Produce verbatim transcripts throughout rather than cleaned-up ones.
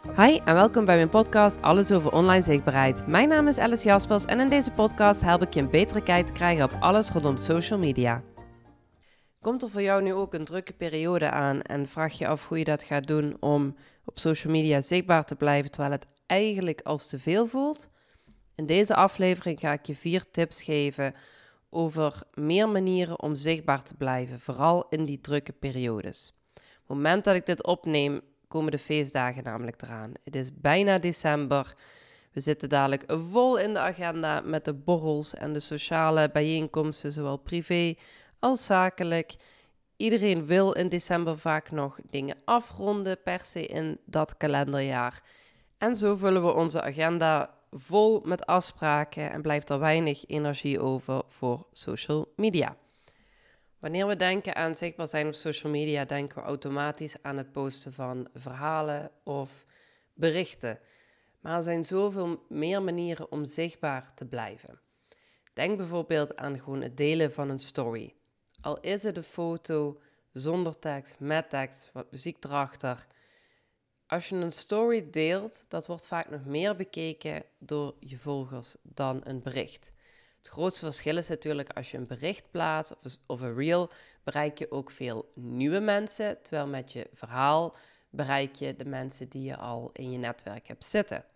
Hi en welkom bij mijn podcast Alles over online zichtbaarheid. Mijn naam is Alice Jaspers en in deze podcast help ik je een betere kijk te krijgen op alles rondom social media. Komt er voor jou nu ook een drukke periode aan en vraag je af hoe je dat gaat doen om op social media zichtbaar te blijven terwijl het eigenlijk als te veel voelt? In deze aflevering ga ik je vier tips geven over meer manieren om zichtbaar te blijven, vooral in die drukke periodes. Op het moment dat ik dit opneem, komen de feestdagen namelijk eraan. Het is bijna december. We zitten dadelijk vol in de agenda met de borrels en de sociale bijeenkomsten, zowel privé als zakelijk. Iedereen wil in december vaak nog dingen afronden per se in dat kalenderjaar. En zo vullen we onze agenda vol met afspraken en blijft er weinig energie over voor social media. Wanneer we denken aan zichtbaar zijn op social media, denken we automatisch aan het posten van verhalen of berichten. Maar er zijn zoveel meer manieren om zichtbaar te blijven. Denk bijvoorbeeld aan gewoon het delen van een story. Al is het een foto zonder tekst, met tekst, wat muziek erachter. Als je een story deelt, dat wordt vaak nog meer bekeken door je volgers dan een bericht. Het grootste verschil is natuurlijk als je een bericht plaatst of, of een reel, bereik je ook veel nieuwe mensen, terwijl met je verhaal bereik je de mensen die je al in je netwerk hebt zitten.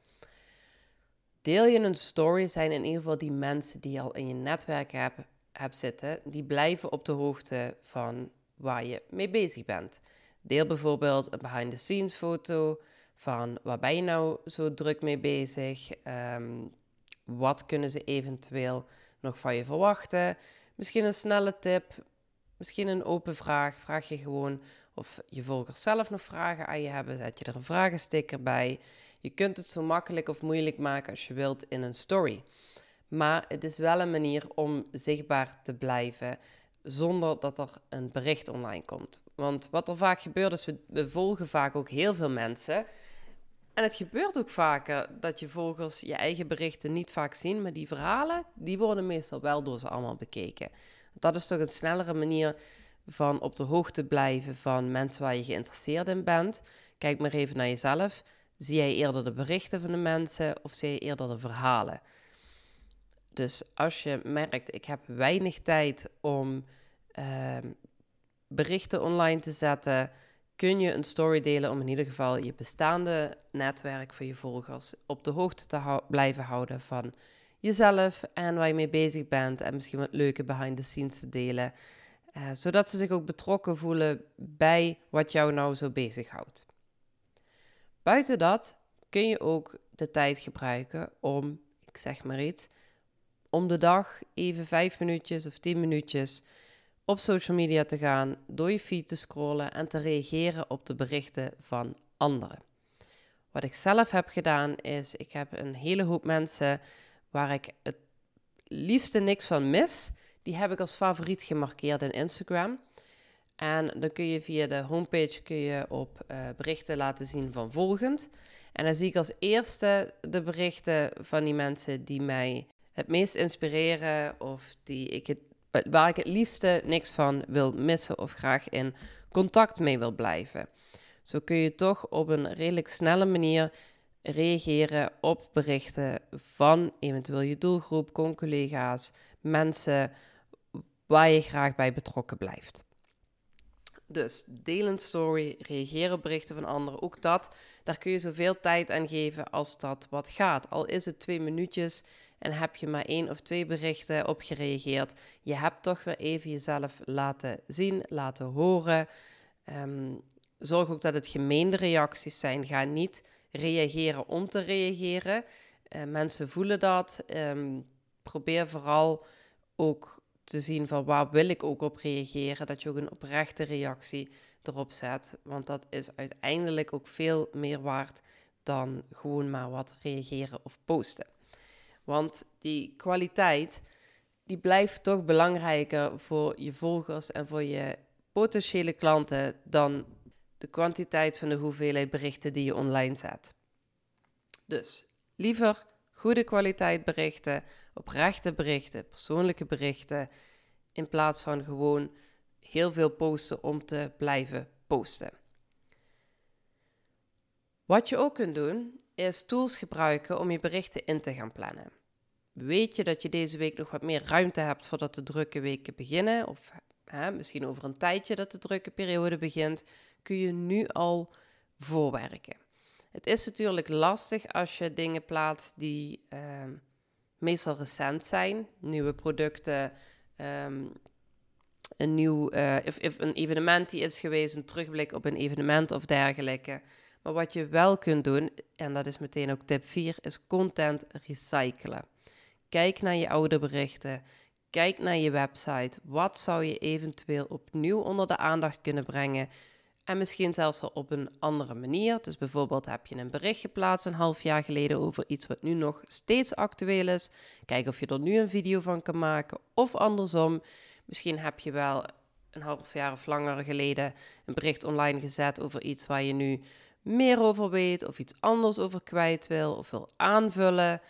Deel je een story, zijn in ieder geval die mensen die je al in je netwerk hebt, hebt zitten, die blijven op de hoogte van waar je mee bezig bent. Deel bijvoorbeeld een behind-the-scenes foto van waar ben je nou zo druk mee bezig. Um, wat kunnen ze eventueel nog van je verwachten? Misschien een snelle tip, misschien een open vraag. Vraag je gewoon of je volgers zelf nog vragen aan je hebben. Zet je er een vragensticker bij. Je kunt het zo makkelijk of moeilijk maken als je wilt in een story. Maar het is wel een manier om zichtbaar te blijven zonder dat er een bericht online komt. Want wat er vaak gebeurt is, we, we volgen vaak ook heel veel mensen. En het gebeurt ook vaker dat je volgers je eigen berichten niet vaak zien, maar die verhalen, die worden meestal wel door ze allemaal bekeken. Dat is toch een snellere manier van op de hoogte blijven van mensen waar je geïnteresseerd in bent. Kijk maar even naar jezelf. Zie jij eerder de berichten van de mensen of zie je eerder de verhalen? Dus als je merkt, ik heb weinig tijd om uh, berichten online te zetten, kun je een story delen om in ieder geval je bestaande netwerk voor je volgers op de hoogte te hou- blijven houden van jezelf en waar je mee bezig bent en misschien wat leuke behind the scenes te delen, uh, zodat ze zich ook betrokken voelen bij wat jou nou zo bezighoudt. Buiten dat kun je ook de tijd gebruiken om, ik zeg maar iets, om de dag even vijf minuutjes of tien minuutjes op social media te gaan, door je feed te scrollen en te reageren op de berichten van anderen. Wat ik zelf heb gedaan is, ik heb een hele hoop mensen waar ik het liefste niks van mis, die heb ik als favoriet gemarkeerd in Instagram. En dan kun je via de homepage kun je op uh, berichten laten zien van volgend. En dan zie ik als eerste de berichten van die mensen die mij het meest inspireren of die ik het, waar ik het liefste niks van wil missen of graag in contact mee wil blijven. Zo kun je toch op een redelijk snelle manier reageren op berichten van eventueel je doelgroep, con-collega's, mensen waar je graag bij betrokken blijft. Dus deel een story, reageer op berichten van anderen. Ook dat, daar kun je zoveel tijd aan geven als dat wat gaat. Al is het twee minuutjes en heb je maar één of twee berichten op gereageerd. Je hebt toch weer even jezelf laten zien, laten horen. Um, zorg ook dat het gemeende reacties zijn. Ga niet reageren om te reageren. Uh, mensen voelen dat. Um, probeer vooral ook te zien van waar wil ik ook op reageren. Dat je ook een oprechte reactie erop zet. Want dat is uiteindelijk ook veel meer waard dan gewoon maar wat reageren of posten. Want die kwaliteit, die blijft toch belangrijker voor je volgers en voor je potentiële klanten dan de kwantiteit van de hoeveelheid berichten die je online zet. Dus liever goede kwaliteit berichten, oprechte berichten, persoonlijke berichten, in plaats van gewoon heel veel posten om te blijven posten. Wat je ook kunt doen, is tools gebruiken om je berichten in te gaan plannen. Weet je dat je deze week nog wat meer ruimte hebt voordat de drukke weken beginnen, of hè, misschien over een tijdje dat de drukke periode begint, kun je nu al voorwerken. Het is natuurlijk lastig als je dingen plaatst die uh, meestal recent zijn, nieuwe producten, um, een nieuw uh, of, of een evenement die is geweest, een terugblik op een evenement of dergelijke. Maar wat je wel kunt doen, en dat is meteen ook tip vier, is content recyclen. Kijk naar je oude berichten, kijk naar je website. Wat zou je eventueel opnieuw onder de aandacht kunnen brengen? En misschien zelfs al op een andere manier. Dus bijvoorbeeld heb je een bericht geplaatst een half jaar geleden over iets wat nu nog steeds actueel is. Kijk of je er nu een video van kan maken of andersom. Misschien heb je wel een half jaar of langer geleden een bericht online gezet over iets waar je nu meer over weet of iets anders over kwijt wil of wil aanvullen.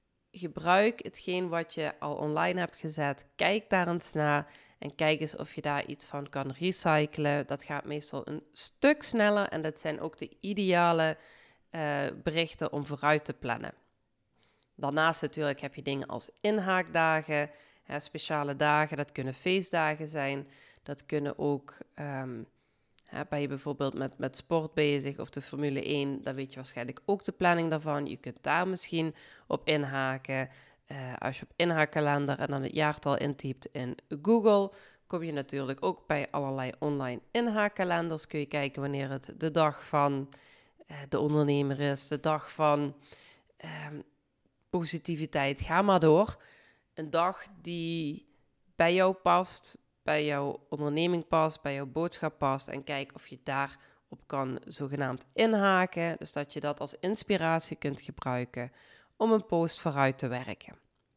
Gebruik hetgeen wat je al online hebt gezet. Kijk daar eens naar en kijk eens of je daar iets van kan recyclen. Dat gaat meestal een stuk sneller en dat zijn ook de ideale uh, berichten om vooruit te plannen. Daarnaast natuurlijk heb je dingen als inhaakdagen, hè, speciale dagen. Dat kunnen feestdagen zijn. Dat kunnen ook... Um, Hè, ben je bijvoorbeeld met, met sport bezig of de Formule één, dan weet je waarschijnlijk ook de planning daarvan. Je kunt daar misschien op inhaken. Uh, als je op inhaakkalender en dan het jaartal intypt in Google, kom je natuurlijk ook bij allerlei online inhaakkalenders. Kun je kijken wanneer het de dag van uh, de ondernemer is, de dag van uh, positiviteit. Ga maar door. Een dag die bij jou past, bij jouw onderneming past, bij jouw boodschap past en kijk of je daarop kan zogenaamd inhaken. Dus dat je dat als inspiratie kunt gebruiken om een post vooruit te werken.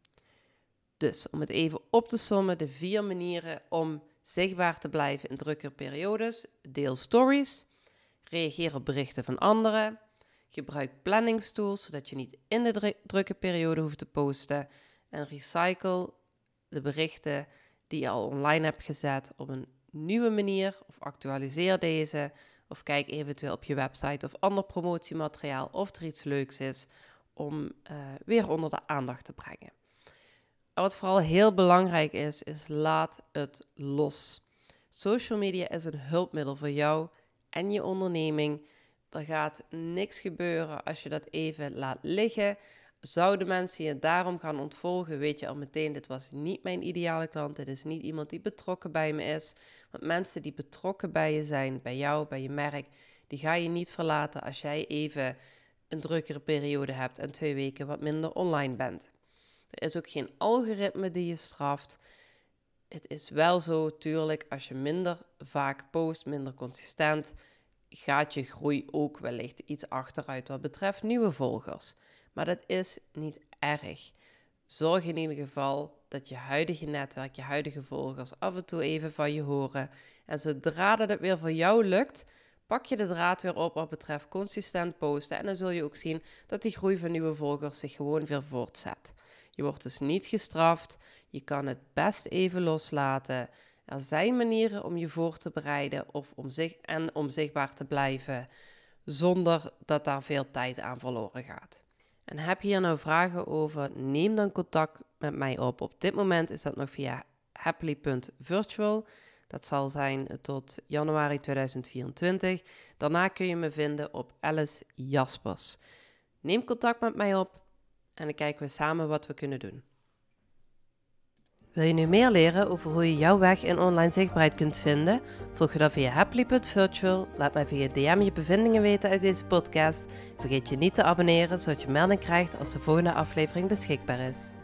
Dus om het even op te sommen, de vier manieren om zichtbaar te blijven in drukke periodes. Deel stories, reageer op berichten van anderen, gebruik planningstools zodat je niet in de dru- drukke periode hoeft te posten en recycle de berichten die je al online hebt gezet op een nieuwe manier of actualiseer deze of kijk eventueel op je website of ander promotiemateriaal of er iets leuks is om uh, weer onder de aandacht te brengen. En wat vooral heel belangrijk is, is laat het los. Social media is een hulpmiddel voor jou en je onderneming. Er gaat niks gebeuren als je dat even laat liggen. Zouden mensen je daarom gaan ontvolgen, weet je al meteen, dit was niet mijn ideale klant, dit is niet iemand die betrokken bij me is. Want mensen die betrokken bij je zijn, bij jou, bij je merk, die ga je niet verlaten als jij even een drukkere periode hebt en twee weken wat minder online bent. Er is ook geen algoritme die je straft. Het is wel zo, tuurlijk, als je minder vaak post, minder consistent, gaat je groei ook wellicht iets achteruit wat betreft nieuwe volgers. Maar dat is niet erg. Zorg in ieder geval dat je huidige netwerk, je huidige volgers af en toe even van je horen. En zodra dat het weer voor jou lukt, pak je de draad weer op wat betreft consistent posten. En dan zul je ook zien dat die groei van nieuwe volgers zich gewoon weer voortzet. Je wordt dus niet gestraft. Je kan het best even loslaten. Er zijn manieren om je voor te bereiden of om zich en om zichtbaar te blijven zonder dat daar veel tijd aan verloren gaat. En heb je hier nou vragen over, neem dan contact met mij op. Op dit moment is dat nog via happily punt virtual. Dat zal zijn tot januari tweeduizend vierentwintig. Daarna kun je me vinden op Alice Jaspers. Neem contact met mij op en dan kijken we samen wat we kunnen doen. Wil je nu meer leren over hoe je jouw weg in online zichtbaarheid kunt vinden? Volg je dan via happily punt virtual. Laat mij via D M je bevindingen weten uit deze podcast. Vergeet je niet te abonneren, zodat je melding krijgt als de volgende aflevering beschikbaar is.